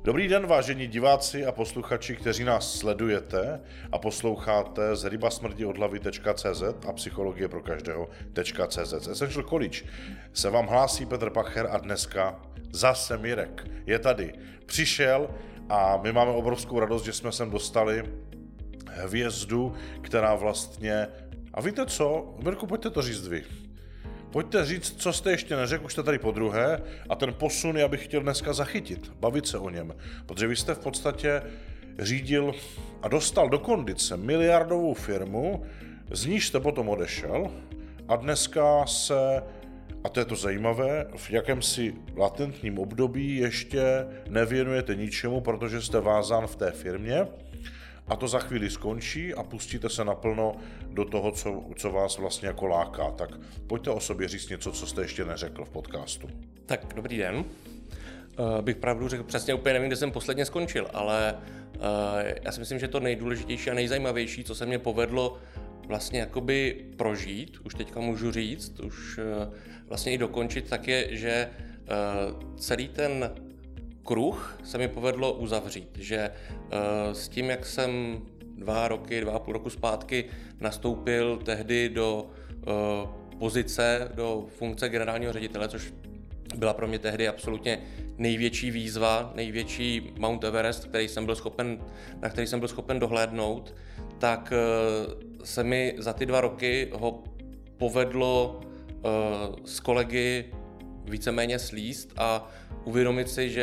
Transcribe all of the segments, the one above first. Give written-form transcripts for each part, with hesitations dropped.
Dobrý den, vážení diváci a posluchači, kteří nás sledujete a posloucháte z rybasmrdiodhlavy.cz a psychologie pro každého.cz. Z Essential College se vám hlásí Petr Pacher a dneska zase Mirek je tady. Přišel a my máme obrovskou radost, že jsme sem dostali hvězdu, která vlastně... A víte co? Mirku, pojďte to říct vy. Pojďte říct, co jste ještě neřekl, už jste tady podruhé a ten posun já bych chtěl dneska zachytit, bavit se o něm, protože vy jste v podstatě řídil a dostal do kondice miliardovou firmu, z níž jste potom odešel a dneska se, a to je to zajímavé, v jakémsi latentním období ještě nevěnujete ničemu, protože jste vázán v té firmě. A to za chvíli skončí a pustíte se naplno do toho, co vás vlastně jako láká. Tak pojďte o sobě říct něco, co jste ještě neřekl v podcastu. Tak, dobrý den. Bych pravdu řekl, přesně úplně nevím, kde jsem posledně skončil, ale já si myslím, že to nejdůležitější a nejzajímavější, co se mě povedlo vlastně jakoby prožít, už teďka můžu říct, už vlastně i dokončit, tak je, že celý ten kruh se mi povedlo uzavřít, že s tím, jak jsem 2,5 roku zpátky nastoupil tehdy do pozice, do funkce generálního ředitele, což byla pro mě tehdy absolutně největší výzva, největší Mount Everest, na který jsem byl schopen dohlédnout, tak se mi za ty 2 roky ho povedlo s kolegy víceméně slízt a uvědomit si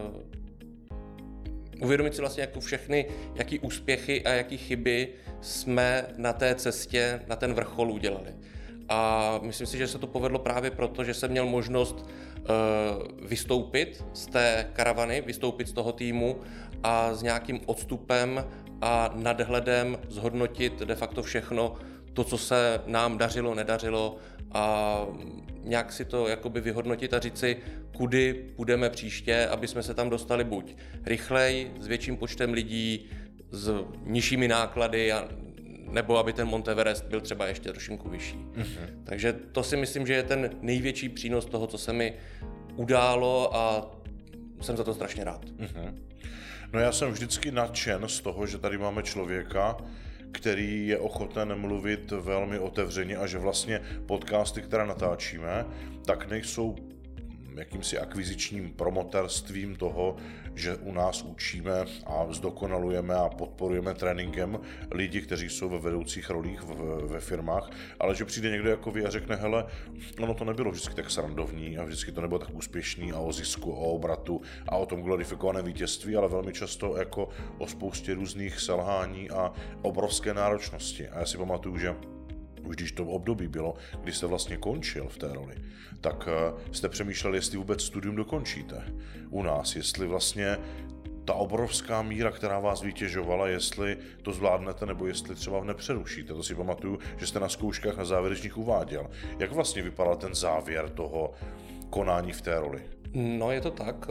vlastně jako všechny, jaký úspěchy a jaký chyby jsme na té cestě, na ten vrchol udělali. A myslím si, že se to povedlo právě proto, že jsem měl možnost vystoupit z té karavany, vystoupit z toho týmu a s nějakým odstupem a nadhledem zhodnotit de facto všechno to, co se nám dařilo, nedařilo a nějak si to jakoby vyhodnotit a říct si, kudy půjdeme příště, aby jsme se tam dostali buď rychleji, s větším počtem lidí, s nižšími náklady, nebo aby ten Mount Everest byl třeba ještě trošinku vyšší. Mm-hmm. Takže to si myslím, že je ten největší přínos toho, co se mi událo a jsem za to strašně rád. Mm-hmm. No já jsem vždycky nadšen z toho, že tady máme člověka, který je ochoten mluvit velmi otevřeně a že vlastně podcasty, které natáčíme, tak nejsou jakýmsi akvizičním promotérstvím toho, že u nás učíme a zdokonalujeme a podporujeme tréninkem lidi, kteří jsou ve vedoucích rolích ve firmách, ale že přijde někdo jako vy a řekne, hele, ono to nebylo vždycky tak srandovní a vždycky to nebylo tak úspěšný a o zisku, o obratu a o tom glorifikovaném vítězství, ale velmi často jako o spoustě různých selhání a obrovské náročnosti. A já si pamatuju, že už když to období bylo, kdy jste vlastně končil v té roli, tak jste přemýšleli, jestli vůbec studium dokončíte u nás, jestli vlastně ta obrovská míra, která vás vytěžovala, jestli to zvládnete, nebo jestli třeba nepřerušíte. To si pamatuju, že jste na zkouškách na závěrečných uváděl. Jak vlastně vypadal ten závěr toho konání v té roli? No, je to tak.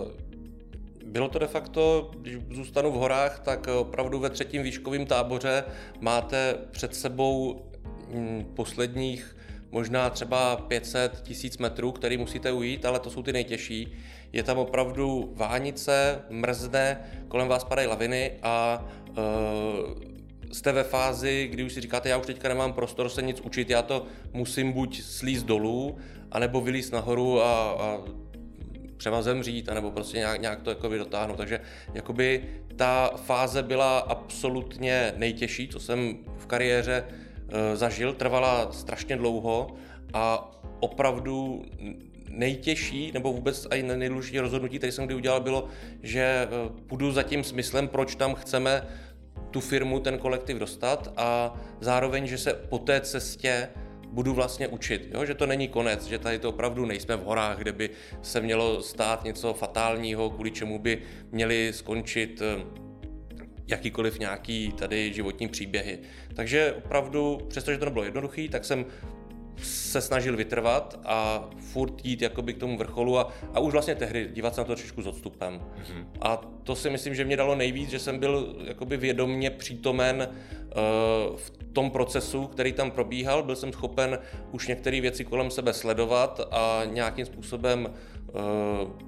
Bylo to de facto, když zůstanu v horách, tak opravdu ve 3. výškovém táboře máte před sebou posledních možná třeba 500 000 metrů, který musíte ujít, ale to jsou ty nejtěžší. Je tam opravdu vánice, mrzne, kolem vás padají laviny a jste ve fázi, kdy už si říkáte, já už teďka nemám prostor se nic učit, já to musím buď slízt dolů, anebo vylízt nahoru a třeba zemřít, anebo prostě nějak to jakoby dotáhnout. Takže jakoby ta fáze byla absolutně nejtěžší, co jsem v kariéře zažil, trvala strašně dlouho a opravdu nejtěžší, nebo vůbec i nejdůležitější rozhodnutí, které jsem kdy udělal, bylo, že půjdu za tím smyslem, proč tam chceme tu firmu, ten kolektiv dostat a zároveň, že se po té cestě budu vlastně učit, jo? Že to není konec, že tady to opravdu nejsme v horách, kde by se mělo stát něco fatálního, kvůli čemu by měli skončit jakýkoliv nějaký tady životní příběhy. Takže opravdu, přestože to nebylo jednoduchý, tak jsem se snažil vytrvat a furt jít jakoby k tomu vrcholu a už vlastně tehdy dívat se na to trošičku s odstupem. Mm-hmm. A to si myslím, že mě dalo nejvíc, že jsem byl jakoby vědomě přítomen v tom procesu, který tam probíhal. Byl jsem schopen už některé věci kolem sebe sledovat a nějakým způsobem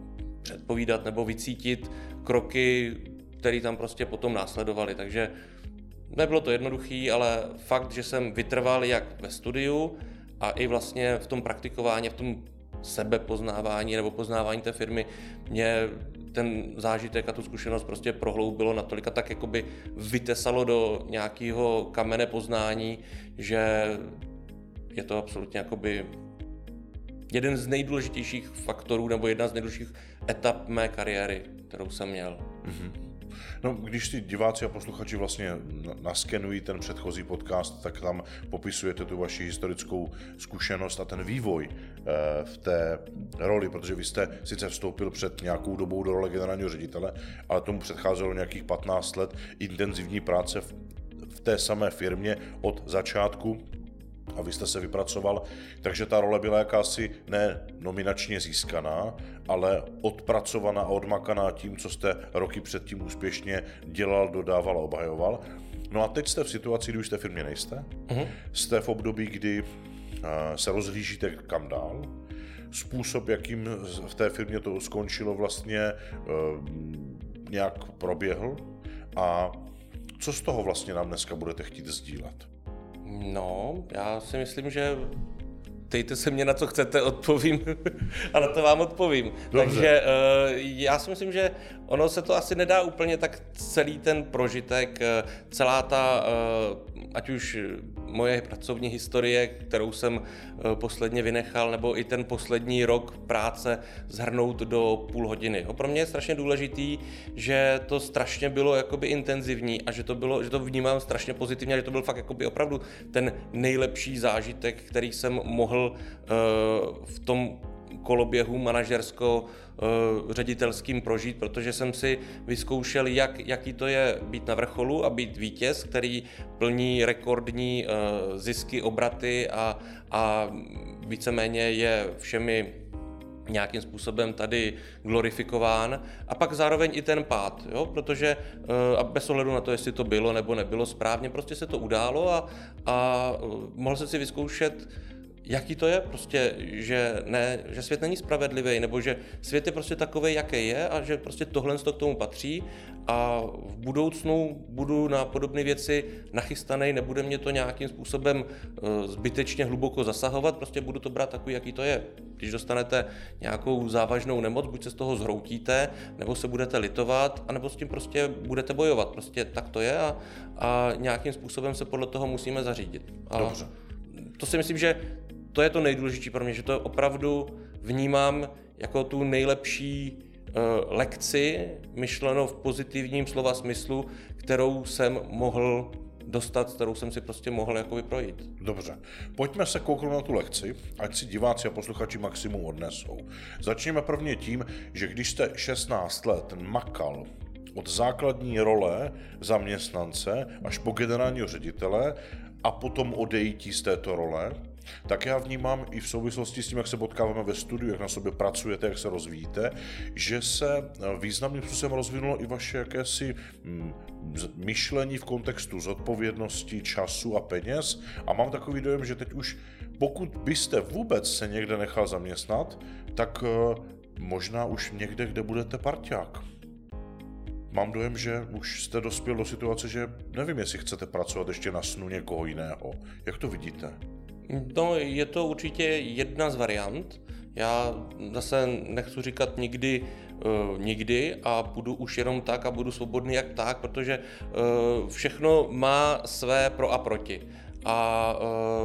předpovídat nebo vycítit kroky, které tam prostě potom následovaly. Takže nebylo to jednoduché, ale fakt, že jsem vytrval jak ve studiu a i vlastně v tom praktikování, v tom sebepoznávání nebo poznávání té firmy, mě ten zážitek a tu zkušenost prostě prohloubilo natolik a tak jakoby vytesalo do nějakého kamene poznání, že je to absolutně jakoby jeden z nejdůležitějších faktorů nebo jedna z nejdůležitějších etap mé kariéry, kterou jsem měl. Mm-hmm. No, když si diváci a posluchači vlastně naskenují ten předchozí podcast, tak tam popisujete tu vaši historickou zkušenost a ten vývoj v té roli, protože vy jste sice vstoupil před nějakou dobou do role generálního ředitele, ale tomu předcházelo nějakých 15 let intenzivní práce v té samé firmě od začátku a vy jste se vypracoval, takže ta role byla jakási ne nominačně získaná, ale odpracovaná a odmakaná tím, co jste roky předtím úspěšně dělal, dodával a obhajoval. No a teď jste v situaci, kdy už té firmě nejste. Jste v období, kdy se rozhlížíte kam dál. Způsob, jakým v té firmě to skončilo, vlastně nějak proběhl. A co z toho vlastně nám dneska budete chtít sdílet? No, já si myslím, že ptejte se mě, na co chcete, odpovím a na to vám odpovím. Dobře. Takže já si myslím, že ono se to asi nedá úplně tak celý ten prožitek, celá ta, ať už moje pracovní historie, kterou jsem posledně vynechal, nebo i ten poslední rok práce shrnout do půl hodiny. Pro mě je strašně důležitý, že to strašně bylo jakoby intenzivní a že to vnímám strašně pozitivně a že to byl fakt jakoby opravdu ten nejlepší zážitek, který jsem mohl v tom koloběhu manažersko-ředitelským prožít, protože jsem si vyzkoušel, jaký to je být na vrcholu a být vítěz, který plní rekordní zisky, obraty a víceméně je všemi nějakým způsobem tady glorifikován a pak zároveň i ten pád, jo? Protože a bez ohledu na to, jestli to bylo nebo nebylo správně, prostě se to událo a mohl jsem si vyzkoušet, jaký to je, prostě, že svět není spravedlivý, nebo že svět je prostě takovej, jaký je a že prostě tohle k tomu patří a v budoucnu budu na podobné věci nachystaný, nebude mě to nějakým způsobem zbytečně hluboko zasahovat, prostě budu to brát takový, jaký to je. Když dostanete nějakou závažnou nemoc, buď se z toho zhroutíte, nebo se budete litovat, anebo s tím prostě budete bojovat. Prostě tak to je a nějakým způsobem se podle toho musíme zařídit. Dobře. To si myslím, že to je to nejdůležitější pro mě, že to opravdu vnímám jako tu nejlepší lekci, myšleno v pozitivním slova smyslu, kterou jsem mohl dostat, kterou jsem si prostě mohl jakoby projít. Dobře, pojďme se kouknout na tu lekci, ať si diváci a posluchači maximum odnesou. Začněme prvně tím, že když jste 16 let makal od základní role zaměstnance až po generálního ředitele a potom odejítí z této role, tak já vnímám i v souvislosti s tím, jak se potkáváme ve studiu, jak na sobě pracujete, jak se rozvíjíte, že se významným způsobem rozvinulo i vaše jakési myšlení v kontextu zodpovědnosti, času a peněz a mám takový dojem, že teď už pokud byste vůbec se někde nechal zaměstnat, tak možná už někde, kde budete parťák. Mám dojem, že už jste dospěl do situace, že nevím, jestli chcete pracovat ještě na snu někoho jiného. Jak to vidíte? No, je to určitě jedna z variant. Já zase nechci říkat nikdy a budu už jenom tak a budu svobodný jak pták, protože všechno má své pro a proti. A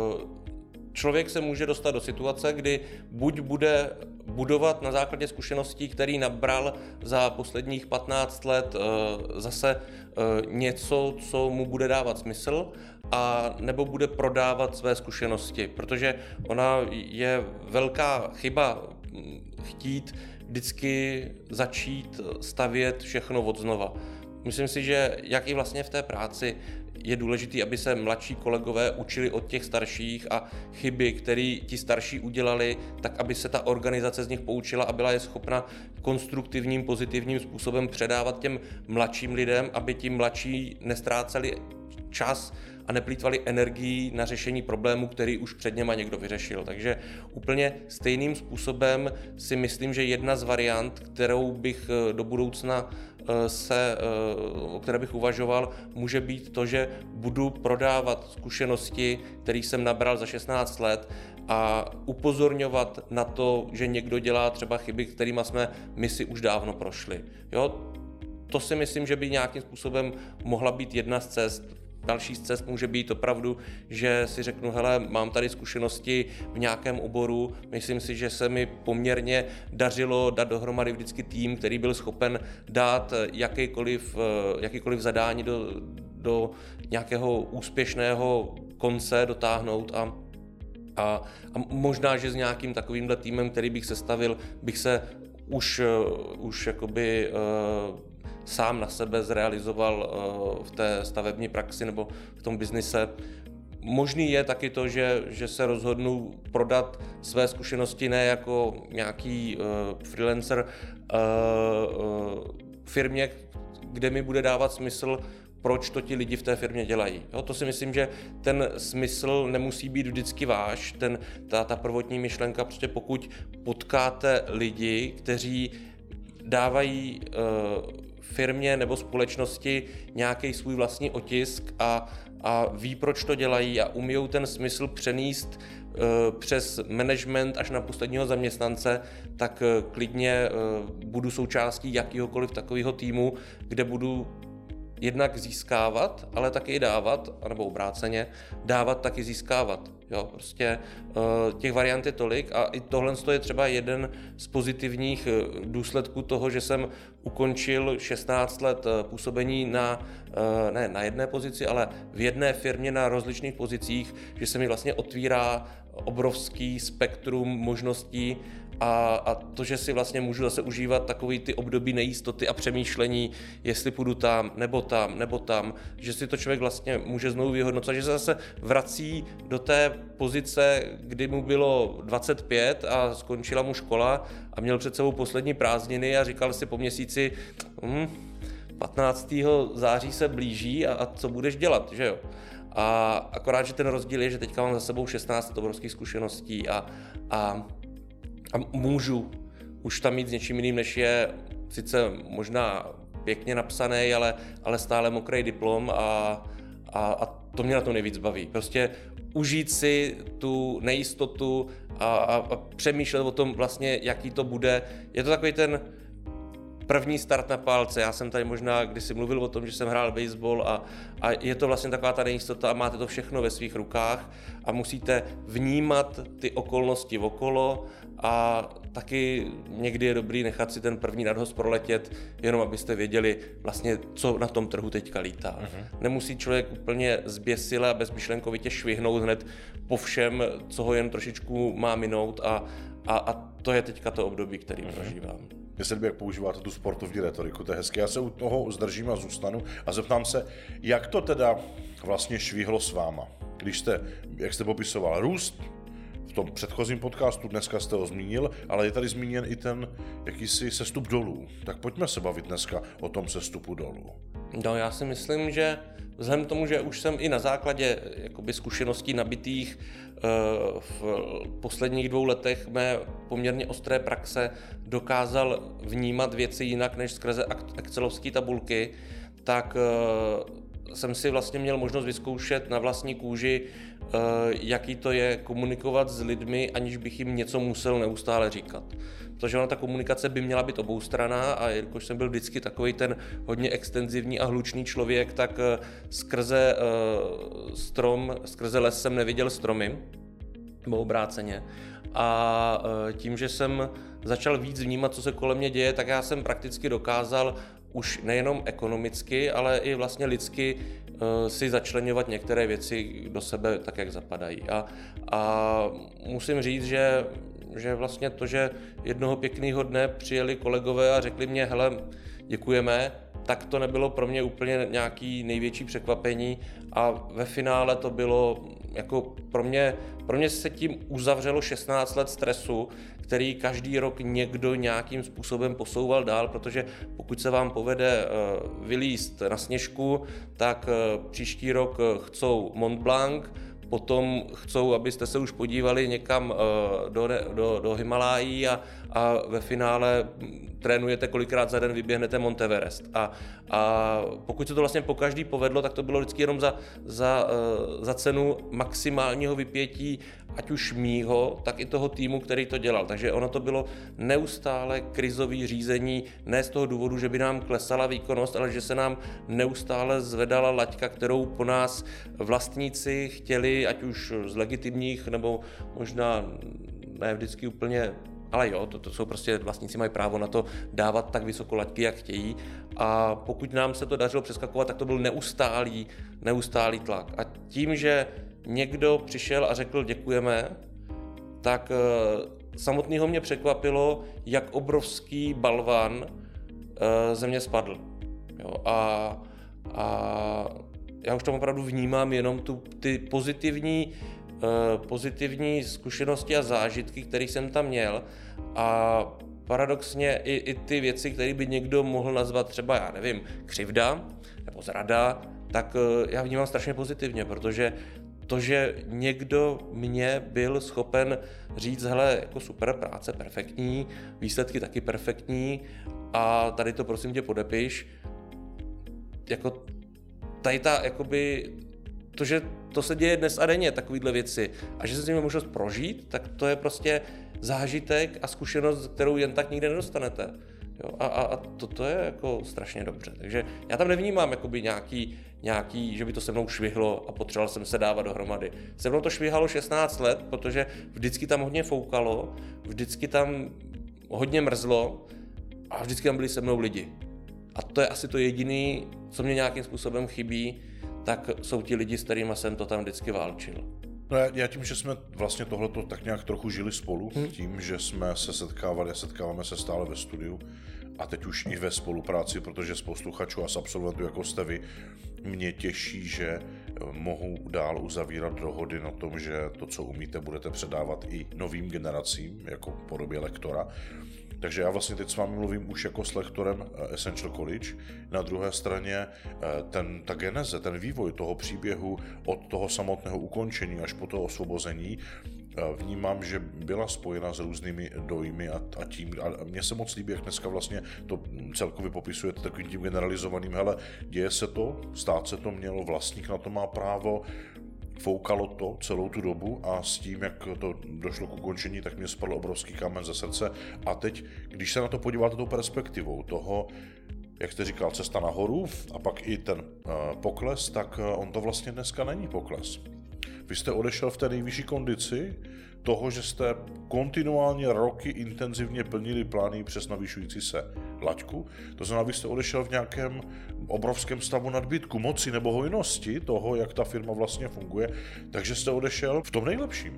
člověk se může dostat do situace, kdy buď bude budovat na základě zkušeností, který nabral za posledních 15 let zase něco, co mu bude dávat smysl, a nebo bude prodávat své zkušenosti, protože ona je velká chyba chtít vždycky začít stavět všechno od znova. Myslím si, že jak i vlastně v té práci je důležité, aby se mladší kolegové učili od těch starších a chyby, které ti starší udělali, tak aby se ta organizace z nich poučila a byla je schopna konstruktivním, pozitivním způsobem předávat těm mladším lidem, aby ti mladší nestráceli čas a neplýtvali energii na řešení problému, který už před něma někdo vyřešil. Takže úplně stejným způsobem si myslím, že jedna z variant, kterou bych do budoucna o které bych uvažoval, může být to, že budu prodávat zkušenosti, které jsem nabral za 16 let a upozorňovat na to, že někdo dělá třeba chyby, kterými jsme my si už dávno prošli. Jo? To si myslím, že by nějakým způsobem mohla být jedna z cest. Další z cest může být opravdu, že si řeknu, hele, mám tady zkušenosti v nějakém oboru, myslím si, že se mi poměrně dařilo dát dohromady vždycky tým, který byl schopen dát jakýkoliv zadání do nějakého úspěšného konce dotáhnout a možná, že s nějakým takovýmhle týmem, který bych sestavil, bych se už jakoby sám na sebe zrealizoval v té stavební praxi nebo v tom biznise. Možný je taky to, že se rozhodnu prodat své zkušenosti ne jako nějaký freelancer firmě, kde mi bude dávat smysl, proč to ti lidi v té firmě dělají. Jo, to si myslím, že ten smysl nemusí být vždycky váš. Ta prvotní myšlenka, prostě pokud potkáte lidi, kteří dávají firmě nebo společnosti nějaký svůj vlastní otisk a ví, proč to dělají a umíjou ten smysl přenést přes management až na posledního zaměstnance, tak klidně budu součástí jakýhokoliv takového týmu, kde budu jednak získávat, ale taky i dávat, anebo obráceně, dávat taky získávat. Jo, prostě těch variant je tolik a i tohle je třeba jeden z pozitivních důsledků toho, že jsem ukončil 16 let působení ne na jedné pozici, ale v jedné firmě na rozličných pozicích, že se mi vlastně otvírá obrovský spektrum možností a to, že si vlastně můžu zase užívat takový ty období nejistoty a přemýšlení, jestli půjdu tam, nebo tam, že si to člověk vlastně může znovu vyhodnocovat, že se zase vrací do té pozice, kdy mu bylo 25 a skončila mu škola a měl před sebou poslední prázdniny a říkal si po měsíci, 15. září se blíží a co budeš dělat, že jo? A akorát, že ten rozdíl je, že teďka mám za sebou 16 obrovských zkušeností a můžu už tam mít s něčím jiným, než je sice možná pěkně napsaný, ale stále mokrý diplom a to mě na to nejvíc baví. Prostě užít si tu nejistotu a přemýšlet o tom vlastně, jaký to bude. Je to takový ten první start na pálce. Já jsem tady možná kdysi mluvil o tom, že jsem hrál baseball a je to vlastně taková ta nejistota a máte to všechno ve svých rukách a musíte vnímat ty okolnosti okolo a taky někdy je dobrý nechat si ten první nadhoz proletět, jenom abyste věděli vlastně, co na tom trhu teďka lítá. Nemusí člověk úplně zběsile a bezmyšlenkovitě švihnout hned po všem, co ho jen trošičku má minout a to je teďka to období, který prožívám. Mně se líbí, jak používáte tu sportovní retoriku, to je hezké. Já se u toho zdržím a zůstanu a zeptám se, jak to teda vlastně švihlo s váma, když jste, jak jste popisoval, růst v tom předchozím podcastu, dneska jste ho zmínil, ale je tady zmíněn i ten jakýsi sestup dolů. Tak pojďme se bavit dneska o tom sestupu dolů. No, já si myslím, že vzhledem k tomu, že už jsem i na základě jakoby zkušeností nabitých v posledních 2 letech mé poměrně ostré praxe dokázal vnímat věci jinak než skrze excelovské tabulky, tak jsem si vlastně měl možnost vyzkoušet na vlastní kůži, jaký to je komunikovat s lidmi, aniž bych jim něco musel neustále říkat. Protože ona ta komunikace by měla být oboustranná a jelikož jsem byl vždycky takový ten hodně extenzivní a hlučný člověk, tak skrze les jsem neviděl stromy, nebo obráceně. A tím, že jsem začal víc vnímat, co se kolem mě děje, tak já jsem prakticky dokázal už nejenom ekonomicky, ale i vlastně lidsky si začleňovat některé věci do sebe tak, jak zapadají. A musím říct, že vlastně to, že jednoho pěkného dne přijeli kolegové a řekli mě, hele, děkujeme, tak to nebylo pro mě úplně nějaký největší překvapení a ve finále to bylo jako pro mě se tím uzavřelo 16 let stresu, který každý rok někdo nějakým způsobem posouval dál, protože pokud se vám povede vylízt na Sněžku, tak příští rok chcou Mont Blanc, potom chcou, abyste se už podívali někam do Himalájí a ve finále trénujete kolikrát za den, vyběhnete Mount Everest. A pokud se to vlastně po každý povedlo, tak to bylo vždycky jenom za cenu maximálního vypětí, ať už mýho, tak i toho týmu, který to dělal. Takže ono to bylo neustále krizové řízení, ne z toho důvodu, že by nám klesala výkonnost, ale že se nám neustále zvedala laťka, kterou po nás vlastníci chtěli, ať už z legitimních, nebo možná ne vždycky úplně, ale jo, to jsou prostě, vlastníci mají právo na to dávat tak vysoko laťky, jak chtějí. A pokud nám se to dařilo přeskakovat, tak to byl neustálý tlak. A tím, že někdo přišel a řekl děkujeme, tak samotného mě překvapilo, jak obrovský balvan ze mě spadl. Jo, a já už tam opravdu vnímám jenom ty pozitivní zkušenosti a zážitky, které jsem tam měl, a paradoxně i ty věci, které by někdo mohl nazvat třeba, já nevím, křivda nebo zrada, tak já vnímám strašně pozitivně, protože to, že někdo mě byl schopen říct, hele, jako super, práce perfektní, výsledky taky perfektní a tady to prosím tě podepiš, jako tady ta, jakoby, to, že to se děje dnes a denně, takovýhle věci, a že se s nimi možnost prožít, tak to je prostě zážitek a zkušenost, kterou jen tak nikde nedostanete. Jo, a to je jako strašně dobře. Takže já tam nevnímám jakoby nějaký, že by to se mnou švihlo a potřeboval jsem se dávat dohromady. Se mnou to švihalo 16 let, protože vždycky tam hodně foukalo, vždycky tam hodně mrzlo a vždycky tam byli se mnou lidi. A to je asi to jediné, co mě nějakým způsobem chybí, tak jsou ti lidi, s kterými jsem to tam vždycky válčil. No já tím, že jsme vlastně tohleto tak nějak trochu žili spolu, tím, že jsme se setkávali a setkáváme se stále ve studiu a teď už i ve spolupráci, protože z posluchačů a z absolventů, jako jste vy, mě těší, že mohu dál uzavírat dohody na tom, že to, co umíte, budete předávat i novým generacím, jako v podobě lektora. Takže já vlastně teď s vámi mluvím už jako s lektorem Essential College. Na druhé straně ta geneze, ten vývoj toho příběhu od toho samotného ukončení až po to osvobození vnímám, že byla spojena s různými dojmy a tím. A mně se moc líbí, jak dneska vlastně to celkově popisujete takovým tím generalizovaným, hele, děje se to, stát se to mělo, vlastník na to má právo, foukalo to celou tu dobu a s tím, jak to došlo k ukončení, tak mě spadl obrovský kámen ze srdce. A teď, když se na to podíváte tou perspektivou toho, jak jste říkal, cesta nahoru a pak i ten pokles, tak on to vlastně dneska není pokles. Vy jste odešel v té nejvyšší kondici toho, že jste kontinuálně roky intenzivně plnili plány přes navyšující se laťku. To znamená, vy jste odešel v nějakém obrovském stavu nadbytku, moci nebo hojnosti toho, jak ta firma vlastně funguje, takže jste odešel v tom nejlepším.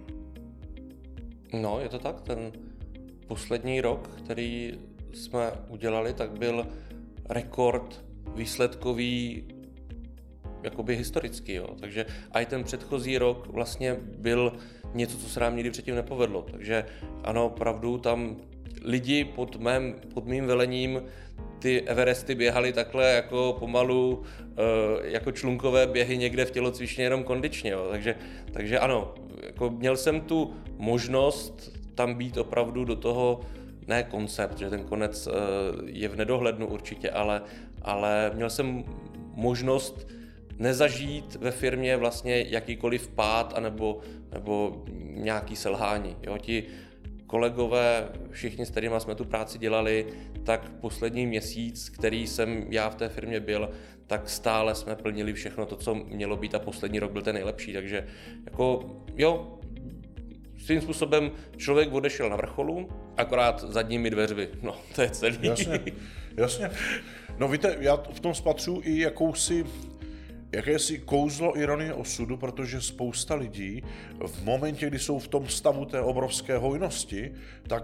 No, je to tak. Ten poslední rok, který jsme udělali, tak byl rekord výsledkový, jakoby historický, jo. Takže i ten předchozí rok vlastně byl něco, co se nám nikdy předtím nepovedlo. Takže ano, opravdu tam lidi pod mým velením ty Everesty běhali takhle jako pomalu, jako člunkové běhy někde v tělocvičně, jenom kondičně, jo. Takže ano, jako měl jsem tu možnost tam být opravdu do toho, ne koncept, že ten konec je v nedohlednu určitě, ale měl jsem možnost nezažít ve firmě vlastně jakýkoliv pád anebo nějaký selhání. Jo? Ti kolegové, všichni, s kterými jsme tu práci dělali, tak poslední měsíc, který jsem já v té firmě byl, tak stále jsme plnili všechno to, co mělo být, a poslední rok byl ten nejlepší. Takže jako jo, svým způsobem člověk odešel na vrcholu, akorát zadními dveřmi. No, to je celý. Jasně. No víte, já v tom spatřuji i jakousi jakési kouzlo ironie osudu, protože spousta lidí v momentě, kdy jsou v tom stavu té obrovské hojnosti,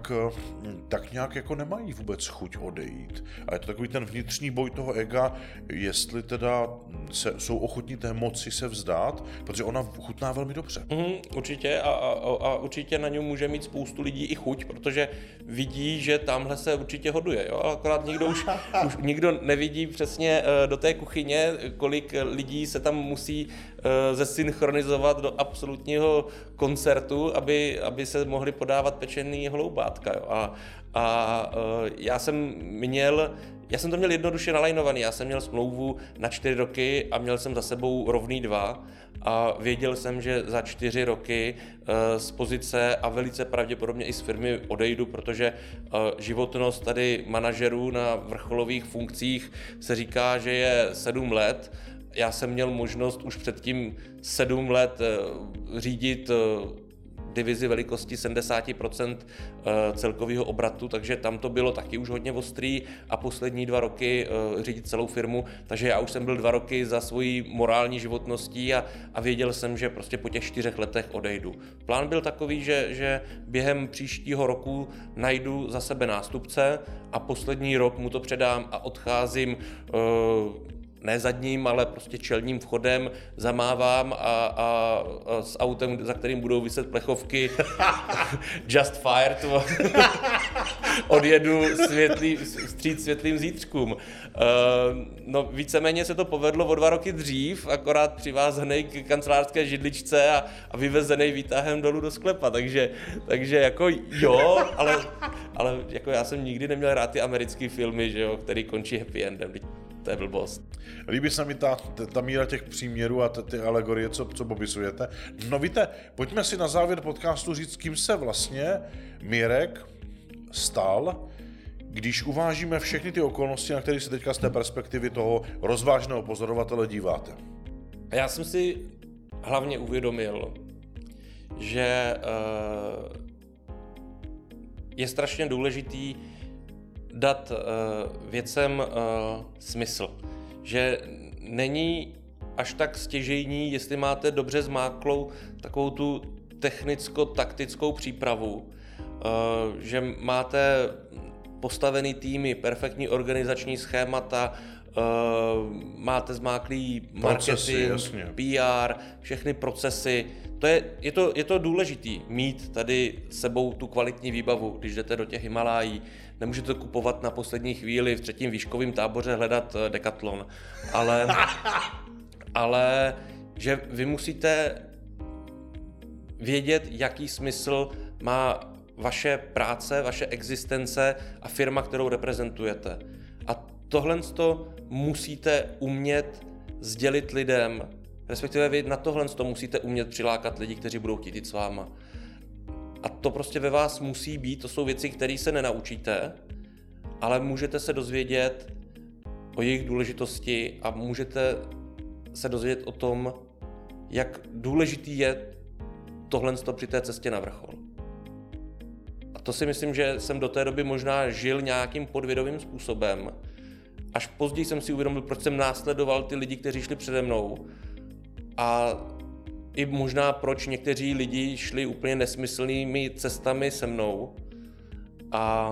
tak nějak jako nemají vůbec chuť odejít. A je to takový ten vnitřní boj toho ega, jestli teda jsou ochotní té moci se vzdát, protože ona chutná velmi dobře. Určitě a určitě na něj může mít spoustu lidí i chuť, protože vidí, že tamhle se určitě hoduje, jo? Akorát už nikdo nevidí přesně do té kuchyně, kolik lidí se tam musí zesynchronizovat do absolutního koncertu, aby se mohli podávat pečený holoubátka. Jo? Já jsem to měl jednoduše nalajnovaný, já jsem měl smlouvu na 4 roky a měl jsem za sebou rovný 2 a věděl jsem, že za 4 roky z pozice a velice pravděpodobně i z firmy odejdu, protože životnost tady manažerů na vrcholových funkcích se říká, že je 7 let. Já jsem měl možnost už předtím 7 let řídit divizi velikosti 70% celkového obratu, takže tam to bylo taky už hodně ostrý a poslední 2 roky řídit celou firmu, takže já už jsem byl 2 roky za svojí morální životností a věděl jsem, že prostě po těch 4 letech odejdu. Plán byl takový, že během příštího roku najdu za sebe nástupce a poslední rok mu to předám a odcházím ne zadním, ale prostě čelním vchodem, zamávám a s autem, za kterým budou viset plechovky Just Fired, odjedu vstříc světlým zítřkům. No víceméně se to povedlo o 2 roky dřív, akorát přivázaný k kancelářské židličce a vyvezený výtahem dolů do sklepa, takže jako jo, ale jako já jsem nikdy neměl rád ty americké filmy, že jo, který končí happy endem. To je blbost. Líbí se mi ta míra těch příměrů a ty alegorie, co popisujete. No víte, pojďme si na závěr podcastu říct, kým se vlastně Mirek stal, když uvážíme všechny ty okolnosti, na které se teďka z té perspektivy toho rozvážného pozorovatele díváte. Já jsem si hlavně uvědomil, že je strašně důležitý dát věcem smysl. Že není až tak stěžejní, jestli máte dobře zmáklou takovou tu technicko-taktickou přípravu, že máte postavený týmy, perfektní organizační schémata, máte zmáklý marketing, PR, všechny procesy. Je to důležitý mít tady sebou tu kvalitní výbavu, když jdete do těch Himalájí. Nemůžete kupovat na poslední chvíli v 3. výškovém táboře hledat Decathlon, ale že vy musíte vědět, jaký smysl má vaše práce, vaše existence a firma, kterou reprezentujete. A tohle musíte umět sdělit lidem, respektive vy na tohle musíte umět přilákat lidi, kteří budou chtít jít s váma. A to prostě ve vás musí být, to jsou věci, které se nenaučíte, ale můžete se dozvědět o jejich důležitosti a můžete se dozvědět o tom, jak důležitý je tohle při té cestě na vrchol. A to si myslím, že jsem do té doby možná žil nějakým podvědomým způsobem. Až později jsem si uvědomil, proč jsem následoval ty lidi, kteří šli přede mnou. A i možná proč někteří lidi šli úplně nesmyslnými cestami se mnou. A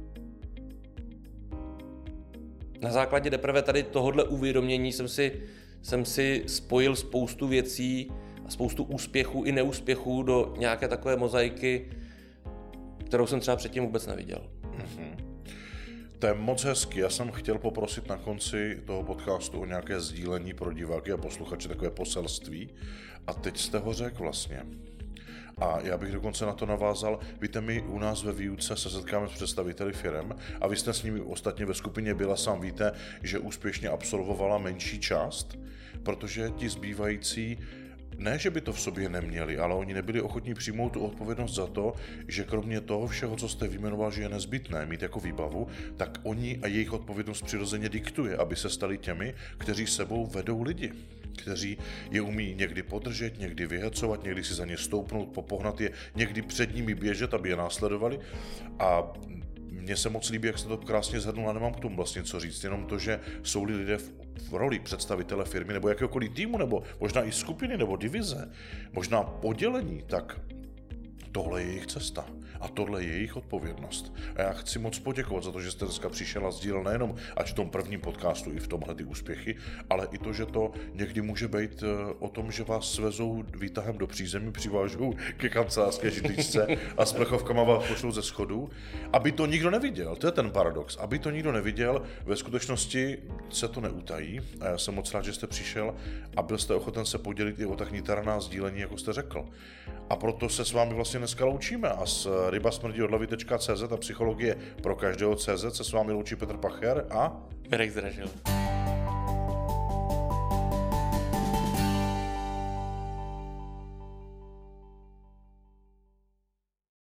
na základě teprve tady tohodle uvědomění jsem si spojil spoustu věcí a spoustu úspěchů i neúspěchů do nějaké takové mozaiky, kterou jsem třeba předtím vůbec neviděl. To je moc hezky. Já jsem chtěl poprosit na konci toho podcastu o nějaké sdílení pro diváky a posluchače, takové poselství. A teď jste ho řekl vlastně. A já bych dokonce na to navázal. Víte, my u nás ve výuce se setkáme s představiteli firem a vy jste s nimi ostatně ve skupině byla, sám víte, že úspěšně absolvovala menší část, protože ti zbývající ne, že by to v sobě neměli, ale oni nebyli ochotní přijmout tu odpovědnost za to, že kromě toho všeho, co jste vyjmenoval, že je nezbytné mít jako výbavu, tak oni a jejich odpovědnost přirozeně diktuje, aby se stali těmi, kteří sebou vedou lidi, kteří je umí někdy podržet, někdy vyhecovat, někdy si za ně stoupnout, popohnat je, někdy před nimi běžet, aby je následovali. A Mně se moc líbí, jak jste to krásně zhrnul a nemám k tomu vlastně co říct, jenom to, že jsou lidé v roli představitele firmy nebo jakéhokoliv týmu, nebo možná i skupiny nebo divize, možná oddělení, tak tohle je jejich cesta a tohle je jejich odpovědnost. A já chci moc poděkovat za to, že jste dneska přišel a sdílel nejenom ať v tom prvním podcastu i v tomhle ty úspěchy, ale i to, že to někdy může být o tom, že vás svezou výtahem do přízemí, přivážou ke kancelářské židličce a s plechovkama vás pošlou ze schodu, aby to nikdo neviděl. To je ten paradox. Aby to nikdo neviděl, ve skutečnosti se to neutají. A já jsem moc rád, že jste přišel a byl jste ochoten se podělit i o tak niterná sdílení, jako jste řekl. A proto se s vámi vlastně dneska loučíme a z rybasmrdíodlavy.cz a psychologie pro každého CZ se s vámi loučí Petr Pacher a Mirek Zdražil.